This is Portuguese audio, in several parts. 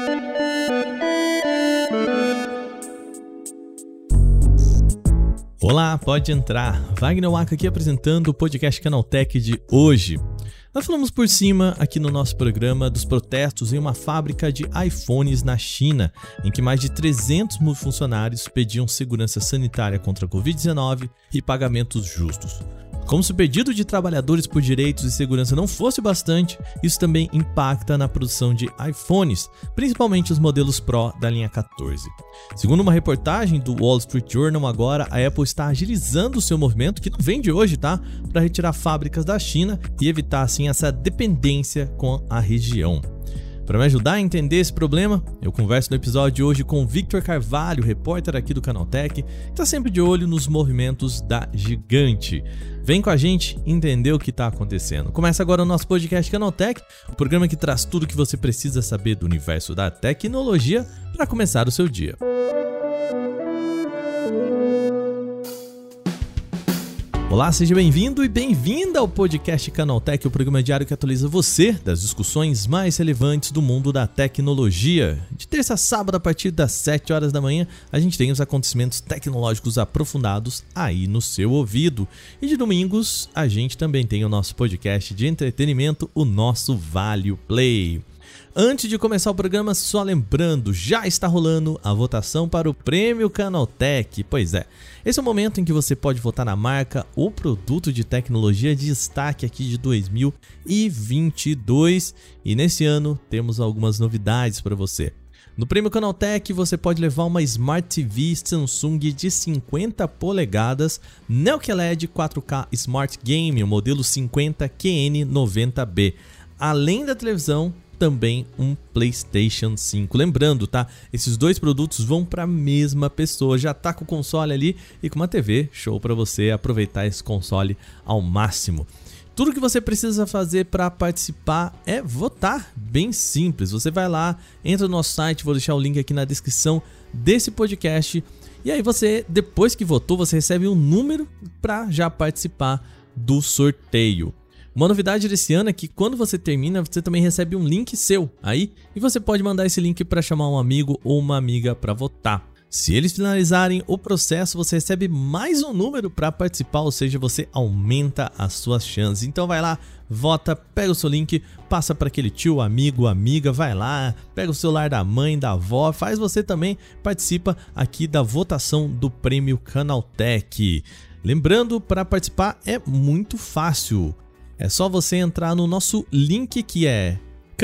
Olá, pode entrar. Wagner Waka aqui apresentando o podcast Canaltech de hoje. Nós falamos por cima aqui no nosso programa dos protestos em uma fábrica de iPhones na China, em que mais de 300 mil funcionários pediam segurança sanitária contra a Covid-19 e pagamentos justos. Como se o pedido de trabalhadores por direitos e segurança não fosse bastante, isso também impacta na produção de iPhones, principalmente os modelos Pro da linha 14. Segundo uma reportagem do Wall Street Journal, agora a Apple está agilizando o seu movimento, que não vem de hoje, tá? Para retirar fábricas da China e evitar assim essa dependência com a região. Para me ajudar a entender esse problema, eu converso no episódio de hoje com o Victor Carvalho, repórter aqui do Canaltech, que está sempre de olho nos movimentos da gigante. Vem com a gente entender o que está acontecendo. Começa agora o nosso podcast Canaltech, o programa que traz tudo o que você precisa saber do universo da tecnologia para começar o seu dia. Olá, seja bem-vindo e bem-vinda ao podcast Canaltech, o programa diário que atualiza você das discussões mais relevantes do mundo da tecnologia. De terça a sábado, a partir das 7 horas da manhã, a gente tem os acontecimentos tecnológicos aprofundados aí no seu ouvido. E de domingos, a gente também tem o nosso podcast de entretenimento, o nosso Vale Play. Antes de começar o programa, só lembrando, já está rolando a votação para o Prêmio Canaltech. Pois é, esse é o momento em que você pode votar na marca ou produto de tecnologia de destaque aqui de 2022. E nesse ano temos algumas novidades para você. No Prêmio Canaltech você pode levar uma Smart TV Samsung de 50 polegadas Neo QLED 4K Smart Game, o modelo 50QN90B. Além da televisão, também um PlayStation 5. Lembrando, tá? Esses dois produtos vão para a mesma pessoa. Já tá com o console ali e com uma TV. Show para você aproveitar esse console ao máximo. Tudo que você precisa fazer para participar é votar. Bem simples. Você vai lá, entra no nosso site, vou deixar o link aqui na descrição desse podcast. E aí você, depois que votou, você recebe um número para já participar do sorteio. Uma novidade desse ano é que quando você termina, você também recebe um link seu aí e você pode mandar esse link para chamar um amigo ou uma amiga para votar. Se eles finalizarem o processo, você recebe mais um número para participar, ou seja, você aumenta as suas chances. Então vai lá, vota, pega o seu link, passa para aquele tio, amigo, amiga, vai lá, pega o celular da mãe, da avó, faz você também, participa aqui da votação do Prêmio Canaltech. Lembrando, para participar é muito fácil. É só você entrar no nosso link que é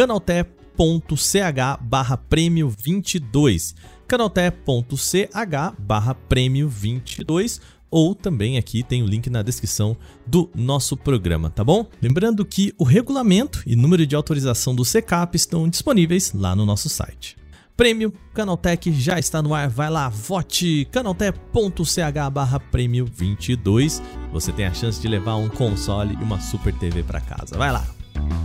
canaltech.ch/prêmio22, canaltech.ch/prêmio22, ou também aqui tem o link na descrição do nosso programa, tá bom? Lembrando que o regulamento e número de autorização do CCAP estão disponíveis lá no nosso site. Prêmio Canaltech já está no ar, vai lá, vote canaltech.ch/prêmio22. Você tem a chance de levar um console e uma Super TV para casa, vai lá.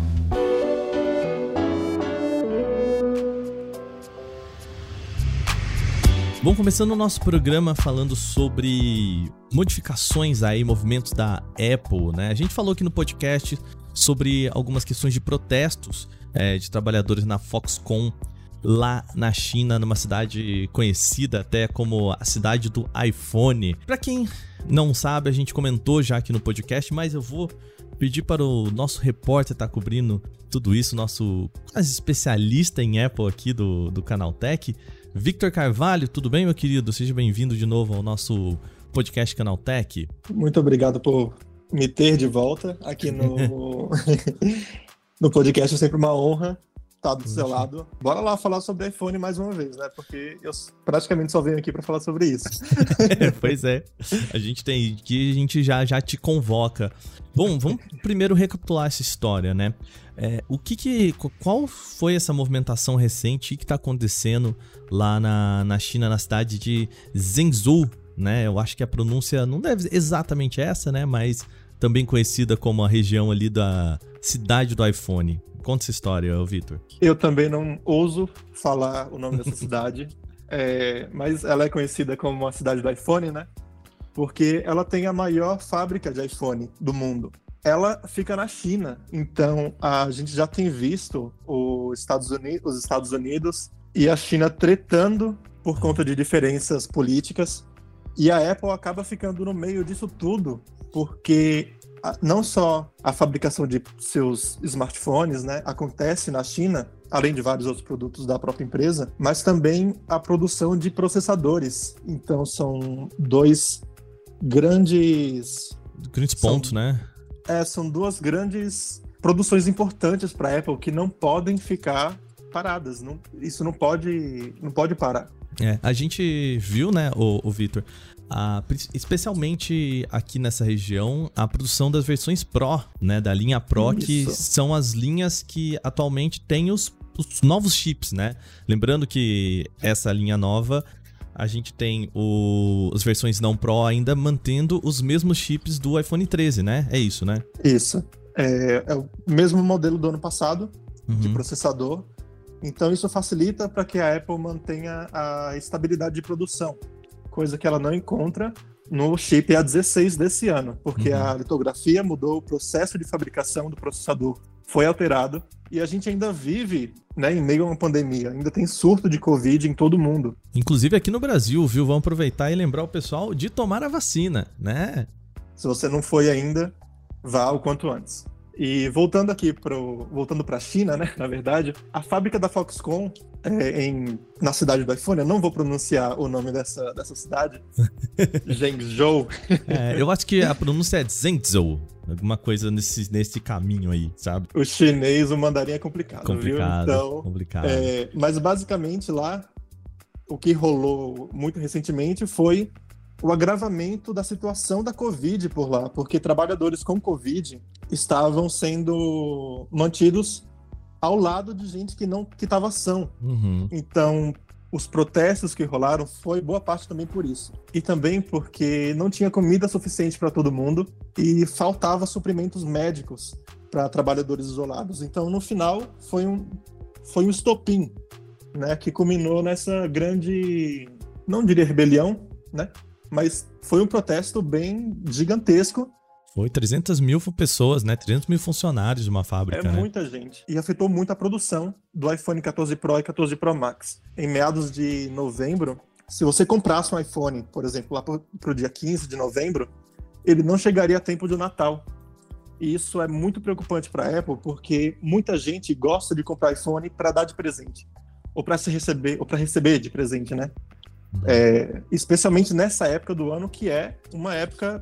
Bom, começando o nosso programa falando sobre modificações aí, movimentos da Apple, né? A gente falou aqui no podcast sobre algumas questões de protestos de trabalhadores na Foxconn, lá na China, numa cidade conhecida até como a cidade do iPhone. Para quem não sabe, a gente comentou já aqui no podcast, mas eu vou pedir para o nosso repórter estar cobrindo tudo isso, nosso quase especialista em Apple aqui do Canaltech, Victor Carvalho. Tudo bem, meu querido? Seja bem-vindo de novo ao nosso podcast Canaltech. Muito obrigado por me ter de volta aqui no, no podcast. É sempre uma honra estar do seu lado. Bora lá falar sobre iPhone mais uma vez, né? Porque eu praticamente só venho aqui para falar sobre isso. Pois é. A gente já te convoca. Bom, vamos primeiro recapitular essa história, né? Qual foi essa movimentação recente que está acontecendo lá na China, na cidade de Zhengzhou, né? Eu acho que a pronúncia não deve ser exatamente essa, né? Mas também conhecida como a região ali da cidade do iPhone. Conta essa história, Victor. Eu também não ouso falar o nome dessa cidade, mas ela é conhecida como a cidade do iPhone, né? Porque ela tem a maior fábrica de iPhone do mundo. Ela fica na China, então a gente já tem visto o os Estados Unidos e a China tretando por conta de diferenças políticas. E a Apple acaba ficando no meio disso tudo, porque não só a fabricação de seus smartphones, né, acontece na China, além de vários outros produtos da própria empresa, mas também a produção de processadores. Então são dois grandes pontos, né? São duas grandes produções importantes para a Apple que não podem ficar paradas. Isso não pode parar. A gente viu, né, o Vitor, especialmente aqui nessa região, a produção das versões Pro, né, da linha Pro, que são as linhas que atualmente têm os novos chips, né? Lembrando que essa linha nova, a gente tem as versões não Pro ainda mantendo os mesmos chips do iPhone 13, né? É isso, né? Isso. É o mesmo modelo do ano passado, de processador. Então isso facilita para que a Apple mantenha a estabilidade de produção, coisa que ela não encontra no chip A16 desse ano, porque a litografia mudou, o processo de fabricação do processador foi alterado e a gente ainda vive, né, em meio a uma pandemia, ainda tem surto de Covid em todo o mundo. Inclusive aqui no Brasil, viu? Vamos aproveitar e lembrar o pessoal de tomar a vacina, né? Se você não foi ainda, vá o quanto antes. E voltando para a China, né, na verdade, a fábrica da Foxconn na cidade do iPhone, eu não vou pronunciar o nome dessa cidade, Zhengzhou. Eu acho que a pronúncia é Zhengzhou, alguma coisa nesse caminho aí, sabe? O chinês, o mandarim é complicado, viu? Então, complicado. Mas basicamente lá, o que rolou muito recentemente foi o agravamento da situação da Covid por lá, porque trabalhadores com Covid estavam sendo mantidos ao lado de gente que estava são. Então, os protestos que rolaram foi boa parte também por isso. E também porque não tinha comida suficiente para todo mundo e faltava suprimentos médicos para trabalhadores isolados. Então, no final, foi um estopim, né, que culminou nessa grande, não diria rebelião, né, mas foi um protesto bem gigantesco. Foi 300 mil pessoas, né? 300 mil funcionários de uma fábrica, né? Muita gente. E afetou muito a produção do iPhone 14 Pro e 14 Pro Max. Em meados de novembro, se você comprasse um iPhone, por exemplo, lá pro dia 15 de novembro, ele não chegaria a tempo do Natal. E isso é muito preocupante para a Apple, porque muita gente gosta de comprar iPhone para dar de presente. Ou para receber de presente, né? Especialmente nessa época do ano, que é uma época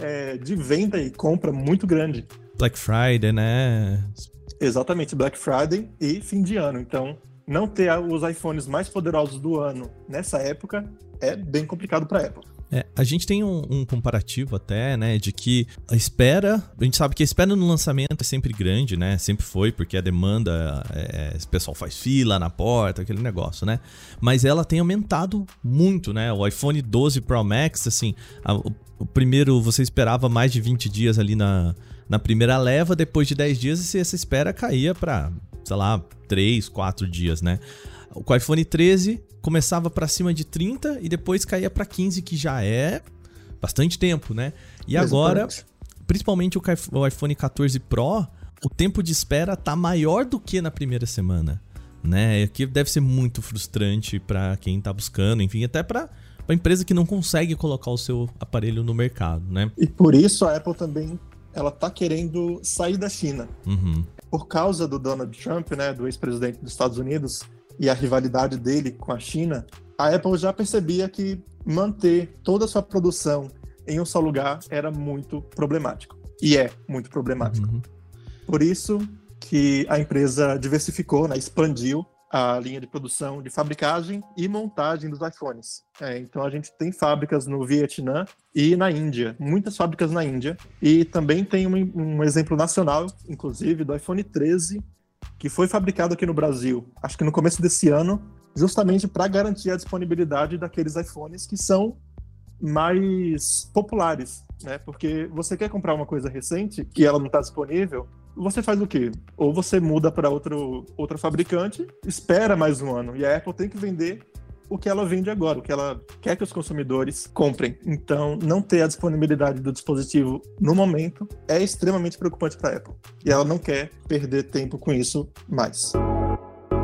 de venda e compra muito grande. Black Friday, né? Exatamente, Black Friday e fim de ano. Então, não ter os iPhones mais poderosos do ano nessa época é bem complicado para a Apple. A gente tem um comparativo até, né, de que a gente sabe que a espera no lançamento é sempre grande, né, sempre foi, porque a demanda, o pessoal faz fila na porta, aquele negócio, né, mas ela tem aumentado muito, né, o iPhone 12 Pro Max, assim, o primeiro você esperava mais de 20 dias ali na primeira leva, depois de 10 dias essa espera caía para, sei lá, 3, 4 dias, né. Com o iPhone 13 começava para cima de 30 e depois caía para 15, que já é bastante tempo, né? E agora, principalmente o iPhone 14 Pro, o tempo de espera tá maior do que na primeira semana, né? Que deve ser muito frustrante para quem tá buscando, enfim, até para a empresa que não consegue colocar o seu aparelho no mercado, né? E por isso a Apple também, ela tá querendo sair da China. Por causa do Donald Trump, né, do ex-presidente dos Estados Unidos, e a rivalidade dele com a China, a Apple já percebia que manter toda a sua produção em um só lugar era muito problemático. E é muito problemático. Por isso que a empresa diversificou, né, expandiu a linha de produção de fabricagem e montagem dos iPhones. Então a gente tem fábricas no Vietnã e na Índia, muitas fábricas na Índia. E também tem um exemplo nacional, inclusive, do iPhone 13, que foi fabricado aqui no Brasil, acho que no começo desse ano, justamente para garantir a disponibilidade daqueles iPhones que são mais populares, né? Porque você quer comprar uma coisa recente e ela não está disponível, você faz o quê? Ou você muda para outro fabricante, espera mais um ano, e a Apple tem que vender o que ela vende agora, o que ela quer que os consumidores comprem. Então, não ter a disponibilidade do dispositivo no momento é extremamente preocupante para a Apple. E ela não quer perder tempo com isso mais.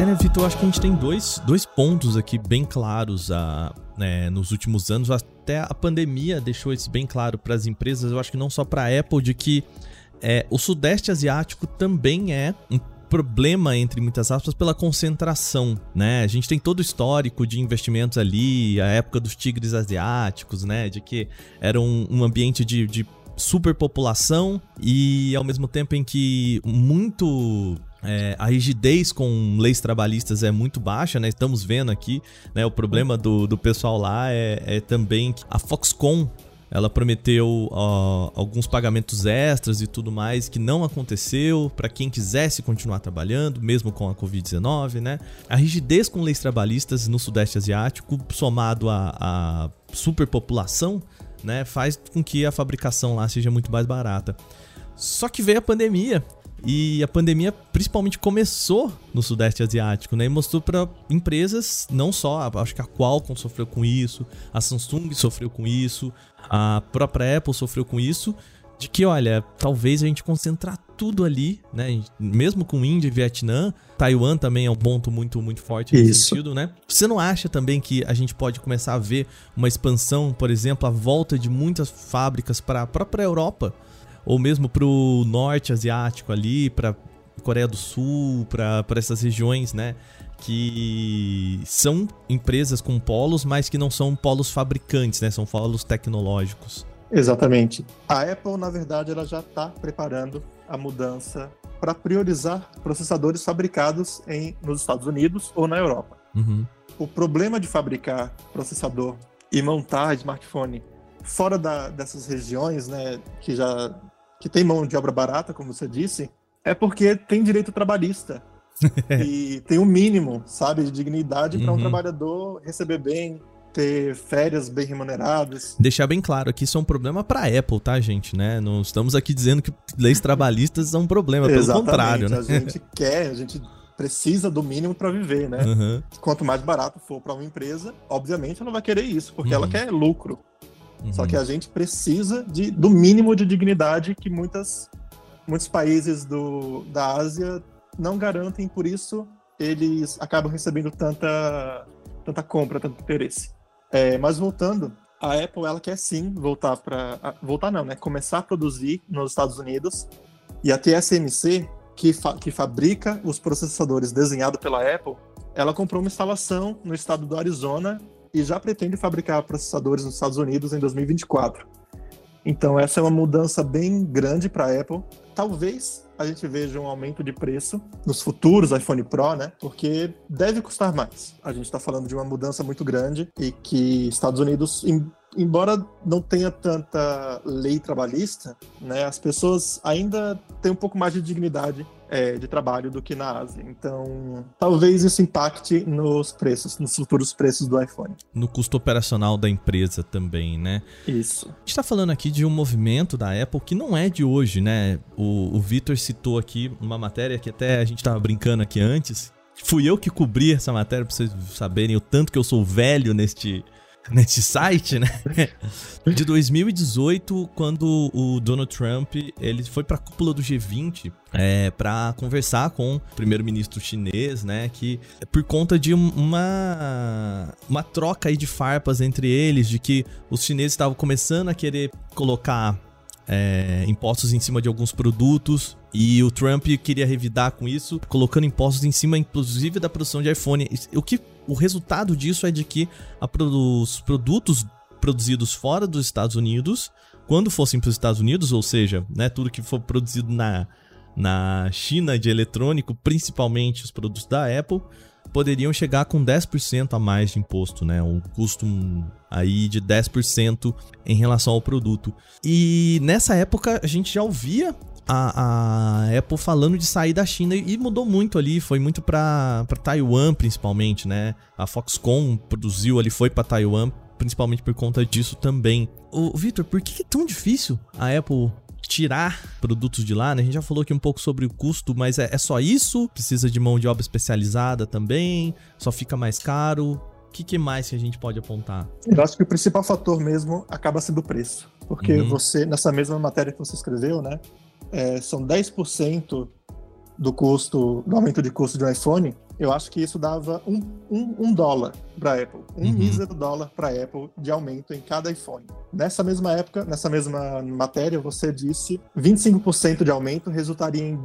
né, Vitor, eu acho que a gente tem dois pontos aqui bem claros nos últimos anos. Até a pandemia deixou isso bem claro para as empresas, eu acho que não só para a Apple, de que o Sudeste Asiático também é um problema, entre muitas aspas, pela concentração, né? A gente tem todo o histórico de investimentos ali, a época dos tigres asiáticos, né? De que era um ambiente de superpopulação e ao mesmo tempo em que a rigidez com leis trabalhistas é muito baixa, né? Estamos vendo aqui, né? O problema do pessoal lá é também que a Foxconn, ela prometeu alguns pagamentos extras e tudo mais que não aconteceu para quem quisesse continuar trabalhando, mesmo com a Covid-19, né? A rigidez com leis trabalhistas no Sudeste Asiático, somado à superpopulação, né, faz com que a fabricação lá seja muito mais barata. Só que veio a pandemia. E a pandemia principalmente começou no Sudeste Asiático, né? E mostrou para empresas, não só, acho que a Qualcomm sofreu com isso, a Samsung sofreu com isso, a própria Apple sofreu com isso, de que, olha, talvez a gente concentrar tudo ali, né? Mesmo com Índia e Vietnã, Taiwan também é um ponto muito, muito forte nesse sentido, né? Você não acha também que a gente pode começar a ver uma expansão, por exemplo, a volta de muitas fábricas para a própria Europa? Ou mesmo para o norte asiático ali, para Coreia do Sul, para essas regiões, né? Que são empresas com polos, mas que não são polos fabricantes, né? São polos tecnológicos. Exatamente. A Apple, na verdade, ela já está preparando a mudança para priorizar processadores fabricados nos Estados Unidos ou na Europa. Uhum. O problema de fabricar processador e montar smartphone fora dessas regiões, né, que tem mão de obra barata, como você disse, é porque tem direito trabalhista. E tem um mínimo, sabe, de dignidade para um trabalhador receber bem, ter férias bem remuneradas. Deixar bem claro aqui, isso é um problema para a Apple, tá, gente? Né? Não estamos aqui dizendo que leis trabalhistas são um problema, pelo contrário. Né? A gente precisa do mínimo para viver, né? Uhum. Quanto mais barato for para uma empresa, obviamente ela vai querer isso, porque ela quer lucro. Só que a gente precisa do mínimo de dignidade que muitos países da Ásia não garantem, por isso eles acabam recebendo tanta compra, tanto interesse. Mas voltando, a Apple ela quer sim começar a produzir nos Estados Unidos, e a TSMC, que fabrica os processadores desenhados pela Apple, ela comprou uma instalação no estado do Arizona e já pretende fabricar processadores nos Estados Unidos em 2024. Então essa é uma mudança bem grande para a Apple. Talvez a gente veja um aumento de preço nos futuros iPhone Pro, né? Porque deve custar mais. A gente está falando de uma mudança muito grande e que Estados Unidos, embora não tenha tanta lei trabalhista, né, as pessoas ainda têm um pouco mais de dignidade de trabalho do que na Ásia. Então, talvez isso impacte nos futuros preços do iPhone. No custo operacional da empresa também, né? Isso. A gente está falando aqui de um movimento da Apple que não é de hoje, né? O Vitor citou aqui uma matéria que até a gente estava brincando aqui antes. Fui eu que cobri essa matéria, para vocês saberem o tanto que eu sou velho neste site, né? De 2018, quando o Donald Trump ele foi para a cúpula do G20 para conversar com o primeiro-ministro chinês, né? Que por conta de uma troca aí de farpas entre eles, de que os chineses estavam começando a querer colocar impostos em cima de alguns produtos, e o Trump queria revidar com isso, colocando impostos em cima, inclusive, da produção de iPhone. O resultado disso é de que os produtos produzidos fora dos Estados Unidos, quando fossem para os Estados Unidos, ou seja, né, tudo que for produzido na China de eletrônico, principalmente os produtos da Apple, poderiam chegar com 10% a mais de imposto, né? Um custo aí de 10% em relação ao produto. E nessa época a gente já ouvia a Apple falando de sair da China, e mudou muito ali, foi muito para Taiwan principalmente, né? A Foxconn produziu ali, foi para Taiwan, principalmente por conta disso também. Vitor, por que é tão difícil a Apple tirar produtos de lá, né? A gente já falou aqui um pouco sobre o custo, mas é só isso? Precisa de mão de obra especializada também? Só fica mais caro? O que mais que a gente pode apontar? Eu acho que o principal fator mesmo acaba sendo o preço. Porque você, nessa mesma matéria que você escreveu, né? São 10% do aumento de custo de um iPhone, eu acho que isso dava um dólar para a Apple, mísero dólar para a Apple de aumento em cada iPhone. Nessa mesma época, nessa mesma matéria, você disse 25% de aumento resultaria em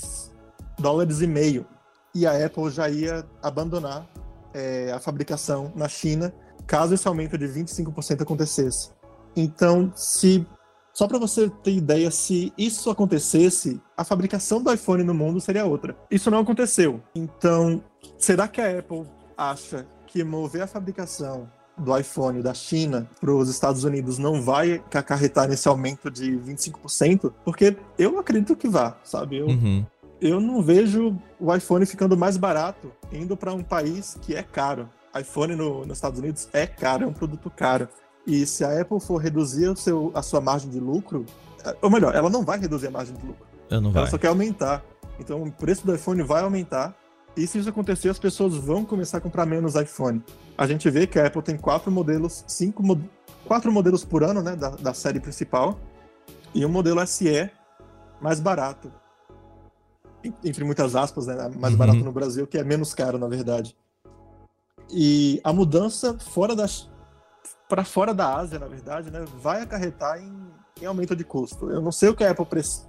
$2,5. E a Apple já ia abandonar a fabricação na China, caso esse aumento de 25% acontecesse. Então, só para você ter ideia, se isso acontecesse, a fabricação do iPhone no mundo seria outra. Isso não aconteceu. Então, será que a Apple acha que mover a fabricação do iPhone da China para os Estados Unidos não vai acarretar nesse aumento de 25%? Porque eu acredito que vá, sabe? Eu não vejo o iPhone ficando mais barato indo para um país que é caro. iPhone nos Estados Unidos é caro, é um produto caro. E se a Apple for reduzir a sua margem de lucro, ou melhor, ela não vai reduzir a margem de lucro. Ela só quer aumentar. Então o preço do iPhone vai aumentar. E se isso acontecer, as pessoas vão começar a comprar menos iPhone. A gente vê que a Apple tem 4 modelos por ano, né, da série principal. E um modelo SE mais barato. Entre muitas aspas, né, mais barato no Brasil, que é menos caro, na verdade. E a mudança para fora da Ásia, na verdade, né, vai acarretar em aumento de custo. Eu não sei o que a Apple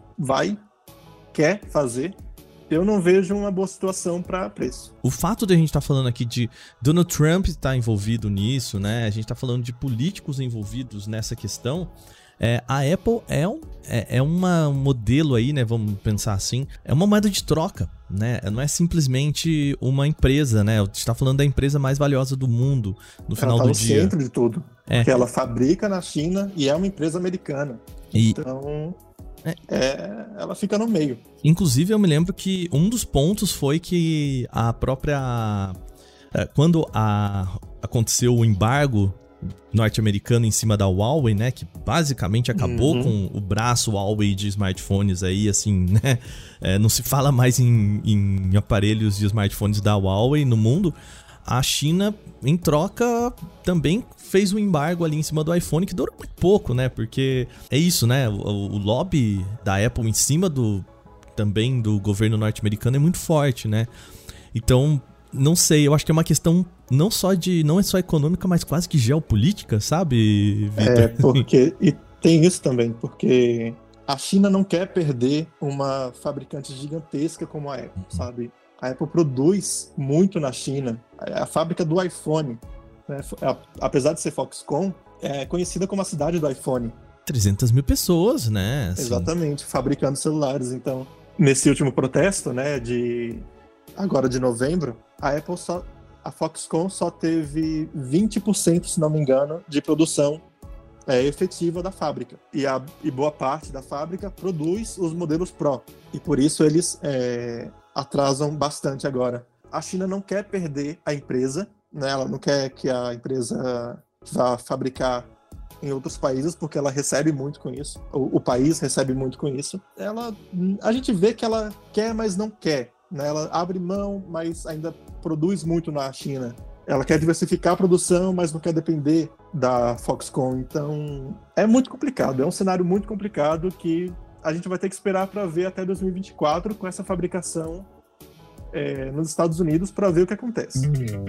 quer fazer. Eu não vejo uma boa situação para preço. O fato de a gente estar falando aqui de Donald Trump estar envolvido nisso, né? A gente está falando de políticos envolvidos nessa questão. A Apple é um modelo aí, né? Vamos pensar assim. É uma moeda de troca, né? Não é simplesmente uma empresa, né? A gente está falando da empresa mais valiosa do mundo no final do dia. Ela está no centro de tudo. Porque ela fabrica na China e é uma empresa americana. Então, ela fica no meio. Inclusive, eu me lembro que um dos pontos foi que a própria... Quando aconteceu o embargo norte-americano em cima da Huawei, né, que basicamente acabou com o braço Huawei de smartphones aí, assim, né, não se fala mais em aparelhos de smartphones da Huawei no mundo. A China, em troca, também fez um embargo ali em cima do iPhone, que durou muito pouco, né, porque é isso, né, o lobby da Apple em cima também do governo norte-americano é muito forte, né, então... Não sei, eu acho que é uma questão não é só econômica, mas quase que geopolítica, sabe, Vitor? E tem isso também, porque a China não quer perder uma fabricante gigantesca como a Apple, sabe? A Apple produz muito na China. A fábrica do iPhone, né, apesar de ser Foxconn, é conhecida como a cidade do iPhone. 300 mil pessoas, né? Assim. Exatamente, fabricando celulares. Então, nesse último protesto, né, agora de novembro, a Foxconn só teve 20%, se não me engano, de produção efetiva da fábrica. E boa parte da fábrica produz os modelos Pro. E por isso eles atrasam bastante agora. A China não quer perder a empresa, né? Ela não quer que a empresa vá fabricar em outros países, porque ela recebe muito com isso. O país recebe muito com isso. A gente vê que ela quer, mas não quer. Né? Ela abre mão, mas ainda produz muito na China. Ela quer diversificar a produção, mas não quer depender da Foxconn. Então, é muito complicado. É um cenário muito complicado que a gente vai ter que esperar para ver até 2024 com essa fabricação nos Estados Unidos para ver o que acontece.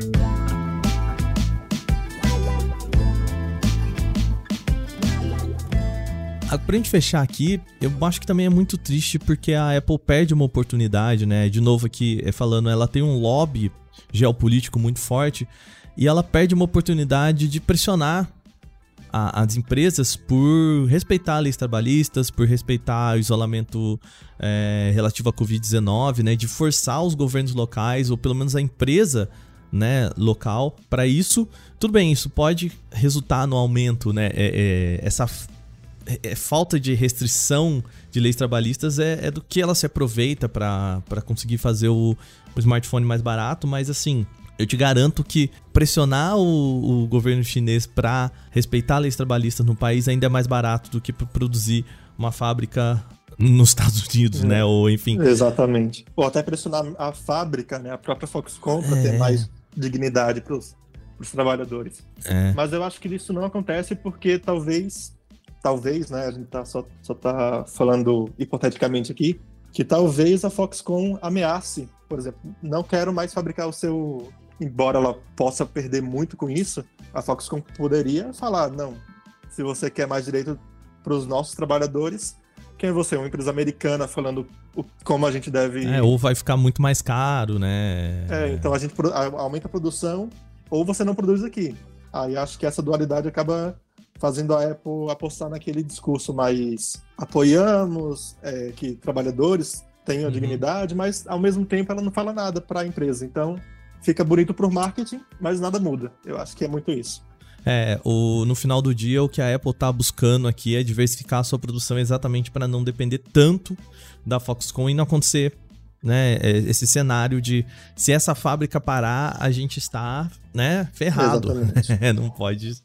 Pra gente fechar aqui, eu acho que também é muito triste porque a Apple perde uma oportunidade, né? De novo aqui, falando, ela tem um lobby geopolítico muito forte e ela perde uma oportunidade de pressionar as empresas por respeitar leis trabalhistas, por respeitar o isolamento relativo à Covid-19, né? De forçar os governos locais, ou pelo menos a empresa, né, local, para isso. Tudo bem, isso pode resultar no aumento, né? Essa falta de restrição de leis trabalhistas é do que ela se aproveita para conseguir fazer o smartphone mais barato, mas assim, eu te garanto que pressionar o governo chinês para respeitar leis trabalhistas no país ainda é mais barato do que produzir uma fábrica nos Estados Unidos, né? Ou enfim. Exatamente. Ou até pressionar a fábrica, né? A própria Foxconn para ter mais dignidade para os trabalhadores. Mas eu acho que isso não acontece porque talvez, né, a gente só tá falando hipoteticamente aqui, que talvez a Foxconn ameace, por exemplo, não quero mais fabricar o seu... Embora ela possa perder muito com isso, a Foxconn poderia falar, não, se você quer mais direito para os nossos trabalhadores, quem é você? Uma empresa americana falando como a gente deve... Ou vai ficar muito mais caro, né? Então a gente aumenta a produção, ou você não produz aqui. Aí acho que essa dualidade acaba fazendo a Apple apostar naquele discurso mais apoiamos que trabalhadores tenham dignidade, mas ao mesmo tempo ela não fala nada para a empresa. Então fica bonito pro marketing, mas nada muda. Eu acho que é muito isso. No final do dia, o que a Apple tá buscando aqui é diversificar a sua produção exatamente para não depender tanto da Foxconn e não acontecer, né, esse cenário de se essa fábrica parar, a gente está, né, ferrado. Não pode,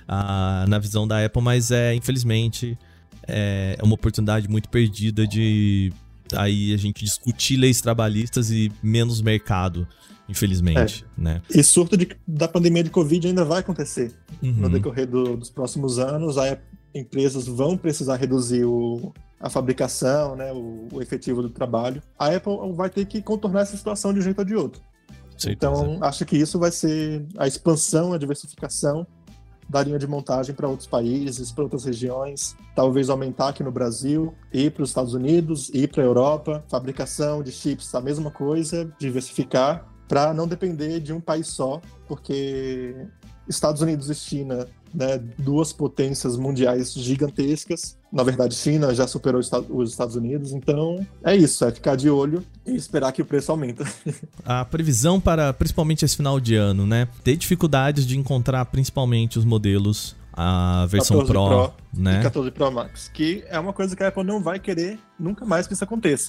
na visão da Apple, mas infelizmente é uma oportunidade muito perdida de aí a gente discutir leis trabalhistas e menos mercado, infelizmente, né? E surto da pandemia de Covid ainda vai acontecer. No decorrer dos próximos anos, empresas vão precisar reduzir a fabricação, né, o efetivo do trabalho. A Apple vai ter que contornar essa situação de um jeito ou de outro. Então, acho que isso vai ser a expansão, a diversificação da linha de montagem para outros países, para outras regiões, talvez aumentar aqui no Brasil, ir para os Estados Unidos, ir para a Europa, fabricação de chips, a mesma coisa, diversificar, para não depender de um país só, porque Estados Unidos e China, né, duas potências mundiais gigantescas, na verdade China já superou os Estados Unidos, então é isso, ficar de olho e esperar que o preço aumenta. A previsão para principalmente esse final de ano, né, ter dificuldades de encontrar principalmente os modelos, a versão Pro, né? E 14 Pro Max, que é uma coisa que a Apple não vai querer nunca mais que isso aconteça.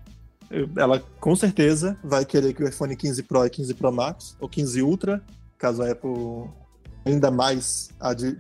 Ela com certeza vai querer que o iPhone 15 Pro e 15 Pro Max, ou 15 Ultra, caso a Apple ainda mais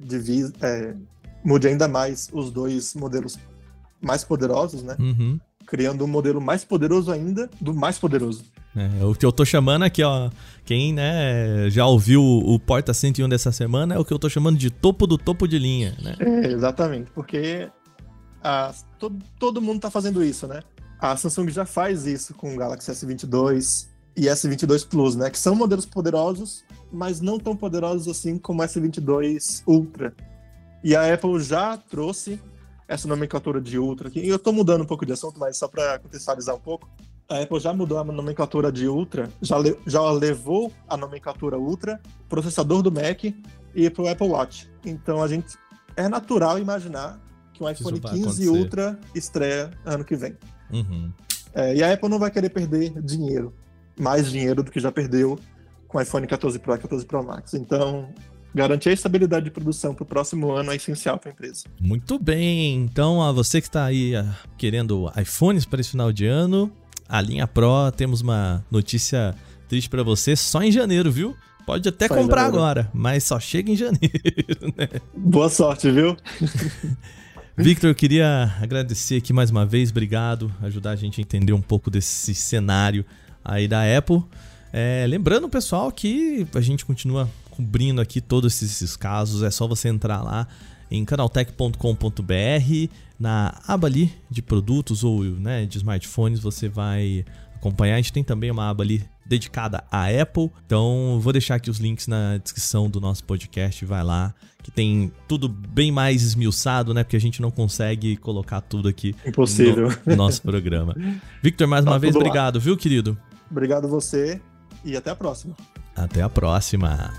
mude ainda mais os dois modelos mais poderosos, né? Criando um modelo mais poderoso ainda do mais poderoso. O que eu tô chamando aqui, ó, quem, né, já ouviu o Porta 101 dessa semana, é o que eu tô chamando de topo do topo de linha, né? Exatamente, porque todo mundo tá fazendo isso, né? A Samsung já faz isso com o Galaxy S22 e S22 Plus, né? Que são modelos poderosos, mas não tão poderosos assim como o S22 Ultra. E a Apple já trouxe essa nomenclatura de Ultra aqui. E eu tô mudando um pouco de assunto, mas só para contextualizar um pouco. A Apple já mudou a nomenclatura de Ultra, já levou a nomenclatura Ultra, processador do Mac e pro Apple Watch. Então é natural imaginar que um iPhone 15 Ultra estreia ano que vem. E a Apple não vai querer perder dinheiro, mais dinheiro do que já perdeu com o iPhone 14 Pro e 14 Pro Max. Então, garantir a estabilidade de produção para o próximo ano é essencial para a empresa. Muito bem. Então, a você que está aí querendo iPhones para esse final de ano, a linha Pro, temos uma notícia triste para você só em janeiro, viu? Pode até comprar agora, mas só chega em janeiro, né? Boa sorte, viu? Victor, eu queria agradecer aqui mais uma vez, obrigado, ajudar a gente a entender um pouco desse cenário aí da Apple. Lembrando, pessoal, que a gente continua cobrindo aqui todos esses casos, é só você entrar lá em canaltech.com.br, na aba ali de produtos ou, né, de smartphones, você vai acompanhar. A gente tem também uma aba ali dedicada à Apple, então vou deixar aqui os links na descrição do nosso podcast, vai lá, que tem tudo bem mais esmiuçado, né, porque a gente não consegue colocar tudo aqui no nosso programa. Victor, mais uma vez, obrigado, viu, querido? Obrigado você e até a próxima. Até a próxima.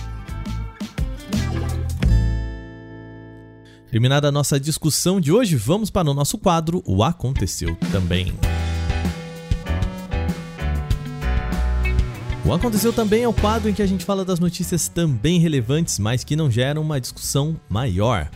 Terminada a nossa discussão de hoje, vamos para o nosso quadro O Aconteceu Também. O Aconteceu Também é o quadro em que a gente fala das notícias também relevantes, mas que não geram uma discussão maior.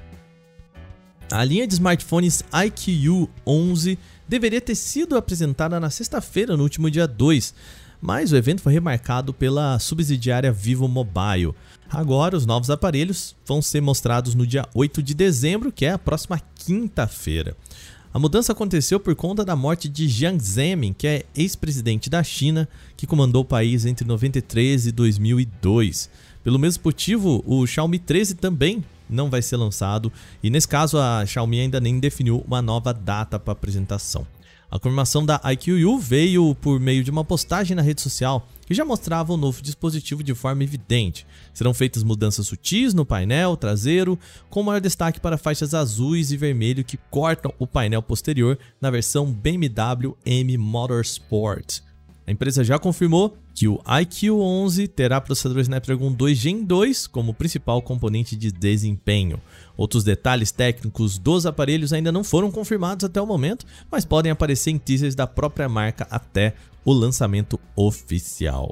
A linha de smartphones iQOO 11 deveria ter sido apresentada na sexta-feira, no último dia 2, mas o evento foi remarcado pela subsidiária Vivo Mobile. Agora, os novos aparelhos vão ser mostrados no dia 8 de dezembro, que é a próxima quinta-feira. A mudança aconteceu por conta da morte de Jiang Zemin, que é ex-presidente da China, que comandou o país entre 93 e 2002. Pelo mesmo motivo, o Xiaomi 13 também não vai ser lançado, e nesse caso a Xiaomi ainda nem definiu uma nova data para apresentação. A confirmação da IQU veio por meio de uma postagem na rede social que já mostrava o novo dispositivo de forma evidente. Serão feitas mudanças sutis no painel traseiro, com maior destaque para faixas azuis e vermelho que cortam o painel posterior na versão BMW M Motorsport. A empresa já confirmou que o iQ11 terá processador Snapdragon 2 Gen 2 como principal componente de desempenho. Outros detalhes técnicos dos aparelhos ainda não foram confirmados até o momento, mas podem aparecer em teasers da própria marca até o lançamento oficial.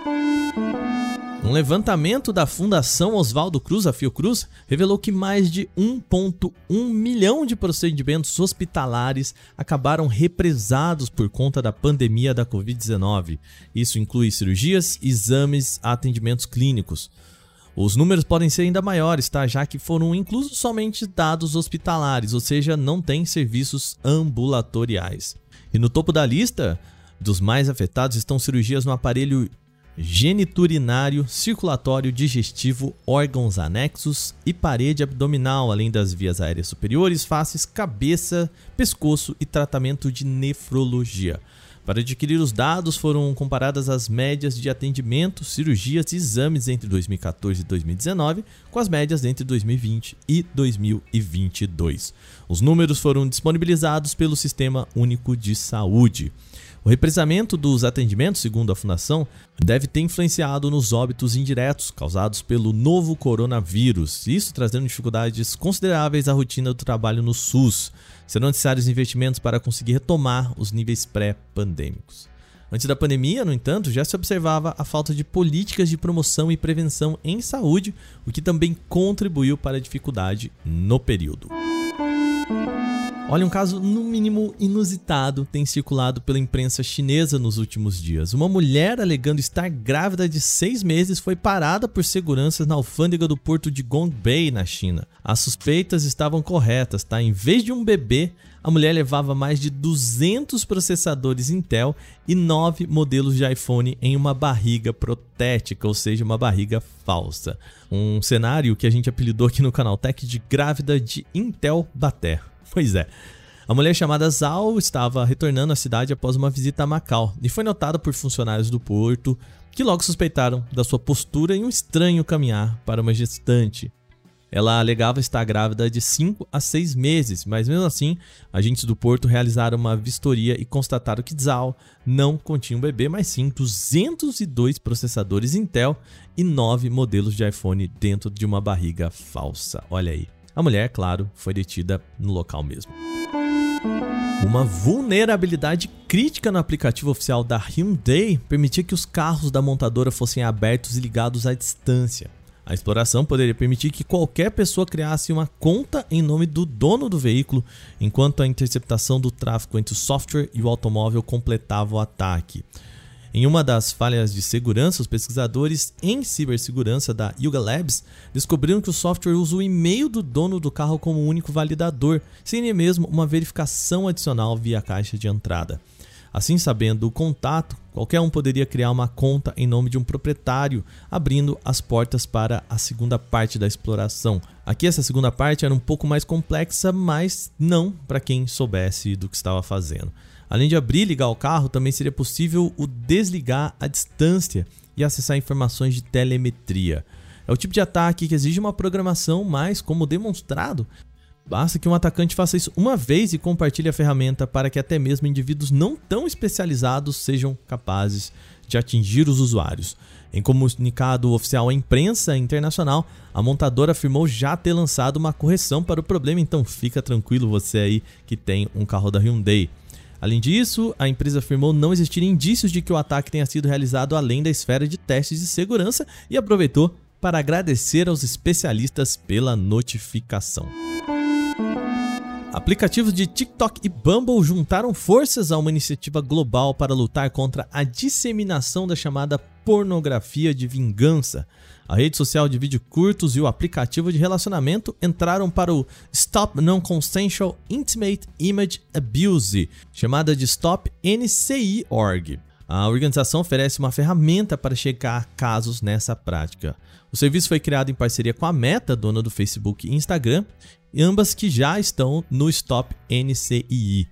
Um levantamento da Fundação Oswaldo Cruz, a Fiocruz, revelou que mais de 1,1 milhão de procedimentos hospitalares acabaram represados por conta da pandemia da Covid-19. Isso inclui cirurgias, exames, atendimentos clínicos. Os números podem ser ainda maiores, tá? Já que foram inclusos somente dados hospitalares, ou seja, não tem serviços ambulatoriais. E no topo da lista dos mais afetados estão cirurgias no aparelho geniturinário, circulatório, digestivo, órgãos anexos e parede abdominal, além das vias aéreas superiores, faces, cabeça, pescoço e tratamento de nefrologia. Para adquirir os dados, foram comparadas as médias de atendimento, cirurgias e exames entre 2014 e 2019 com as médias entre 2020 e 2022. Os números foram disponibilizados pelo Sistema Único de Saúde. O represamento dos atendimentos, segundo a Fundação, deve ter influenciado nos óbitos indiretos causados pelo novo coronavírus, isso trazendo dificuldades consideráveis à rotina do trabalho no SUS. Serão necessários investimentos para conseguir retomar os níveis pré-pandêmicos. Antes da pandemia, no entanto, já se observava a falta de políticas de promoção e prevenção em saúde, o que também contribuiu para a dificuldade no período. Olha, um caso no mínimo inusitado tem circulado pela imprensa chinesa nos últimos dias. Uma mulher alegando estar grávida de 6 meses foi parada por seguranças na alfândega do porto de Gongbei, na China. As suspeitas estavam corretas, tá? Em vez de um bebê, a mulher levava mais de 200 processadores Intel e 9 modelos de iPhone em uma barriga protética, ou seja, uma barriga falsa. Um cenário que a gente apelidou aqui no Canaltech de grávida de Intel Bater. Pois é, a mulher chamada Zhao estava retornando à cidade após uma visita a Macau e foi notada por funcionários do porto que logo suspeitaram da sua postura em um estranho caminhar para uma gestante. Ela alegava estar grávida de 5 a 6 meses, mas mesmo assim, agentes do porto realizaram uma vistoria e constataram que Zhao não continha um bebê, mas sim 202 processadores Intel e 9 modelos de iPhone dentro de uma barriga falsa. Olha aí. A mulher, claro, foi detida no local mesmo. Uma vulnerabilidade crítica no aplicativo oficial da Hyundai permitia que os carros da montadora fossem abertos e ligados à distância. A exploração poderia permitir que qualquer pessoa criasse uma conta em nome do dono do veículo, enquanto a interceptação do tráfego entre o software e o automóvel completava o ataque. Em uma das falhas de segurança, os pesquisadores em cibersegurança da Yuga Labs descobriram que o software usa o e-mail do dono do carro como único validador, sem nem mesmo uma verificação adicional via caixa de entrada. Assim, sabendo o contato, qualquer um poderia criar uma conta em nome de um proprietário, abrindo as portas para a segunda parte da exploração. Aqui essa segunda parte era um pouco mais complexa, mas não para quem soubesse do que estava fazendo. Além de abrir e ligar o carro, também seria possível o desligar à distância e acessar informações de telemetria. É o tipo de ataque que exige uma programação, mas, como demonstrado, basta que um atacante faça isso uma vez e compartilhe a ferramenta para que até mesmo indivíduos não tão especializados sejam capazes de atingir os usuários. Em comunicado oficial à imprensa internacional, a montadora afirmou já ter lançado uma correção para o problema, então fica tranquilo você aí que tem um carro da Hyundai. Além disso, a empresa afirmou não existirem indícios de que o ataque tenha sido realizado além da esfera de testes de segurança e aproveitou para agradecer aos especialistas pela notificação. Aplicativos de TikTok e Bumble juntaram forças a uma iniciativa global para lutar contra a disseminação da chamada pornografia de vingança. A rede social de vídeo curtos e o aplicativo de relacionamento entraram para o Stop Non-Consensual Intimate Image Abuse, chamada de Stop NCI.org. A organização oferece uma ferramenta para checar casos nessa prática. O serviço foi criado em parceria com a Meta, dona do Facebook e Instagram, ambas que já estão no Stop NCI.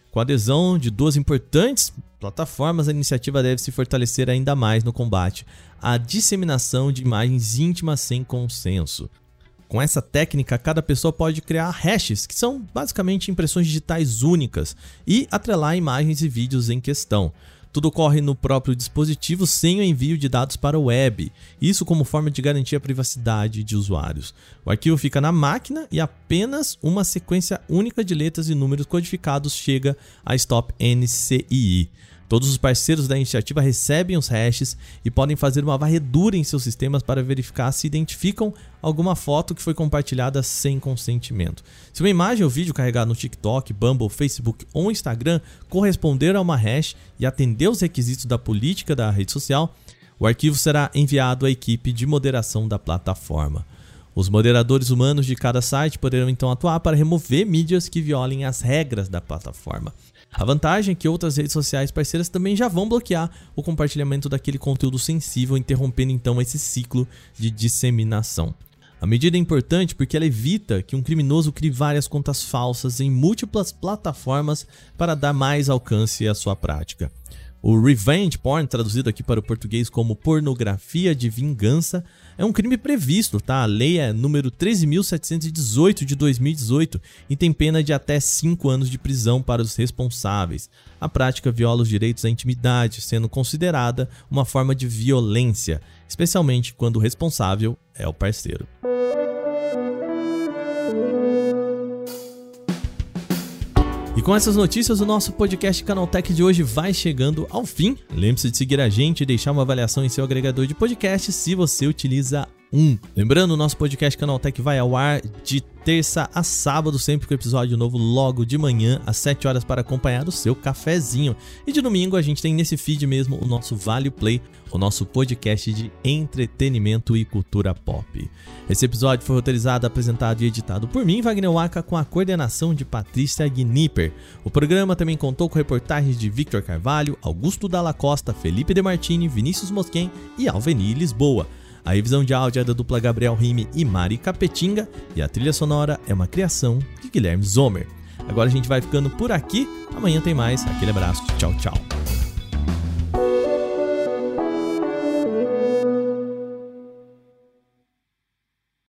Com a adesão de 2 importantes plataformas, a iniciativa deve se fortalecer ainda mais no combate à disseminação de imagens íntimas sem consenso. Com essa técnica, cada pessoa pode criar hashes, que são basicamente impressões digitais únicas, e atrelar imagens e vídeos em questão. Tudo ocorre no próprio dispositivo sem o envio de dados para a web, isso como forma de garantir a privacidade de usuários. O arquivo fica na máquina e apenas uma sequência única de letras e números codificados chega a Stop NCII. Todos os parceiros da iniciativa recebem os hashes e podem fazer uma varredura em seus sistemas para verificar se identificam alguma foto que foi compartilhada sem consentimento. Se uma imagem ou vídeo carregado no TikTok, Bumble, Facebook ou Instagram corresponder a uma hash e atender os requisitos da política da rede social, o arquivo será enviado à equipe de moderação da plataforma. Os moderadores humanos de cada site poderão então atuar para remover mídias que violem as regras da plataforma. A vantagem é que outras redes sociais parceiras também já vão bloquear o compartilhamento daquele conteúdo sensível, interrompendo então esse ciclo de disseminação. A medida é importante porque ela evita que um criminoso crie várias contas falsas em múltiplas plataformas para dar mais alcance à sua prática. O revenge porn, traduzido aqui para o português como pornografia de vingança, é um crime previsto, tá? A lei é número 13.718 de 2018 e tem pena de até 5 anos de prisão para os responsáveis. A prática viola os direitos à intimidade, sendo considerada uma forma de violência, especialmente quando o responsável é o parceiro. E com essas notícias, o nosso podcast Canaltech de hoje vai chegando ao fim. Lembre-se de seguir a gente e deixar uma avaliação em seu agregador de podcast se você utiliza um. Lembrando, o nosso podcast Canaltech vai ao ar de terça a sábado, sempre com episódio novo logo de manhã, às 7 horas, para acompanhar o seu cafezinho. E de domingo a gente tem nesse feed mesmo o nosso Vale Play, o nosso podcast de entretenimento e cultura pop. Esse episódio foi roteirizado, apresentado e editado por mim, Wagner Waka, com a coordenação de Patrícia Gnipper. O programa também contou com reportagens de Victor Carvalho, Augusto Dalla Costa, Felipe De Martini, Vinícius Mosquen e Alveni Lisboa. A revisão de áudio é da dupla Gabriel Rime e Mari Capetinga e a trilha sonora é uma criação de Guilherme Zomer. Agora a gente vai ficando por aqui, amanhã tem mais. Aquele abraço, tchau, tchau.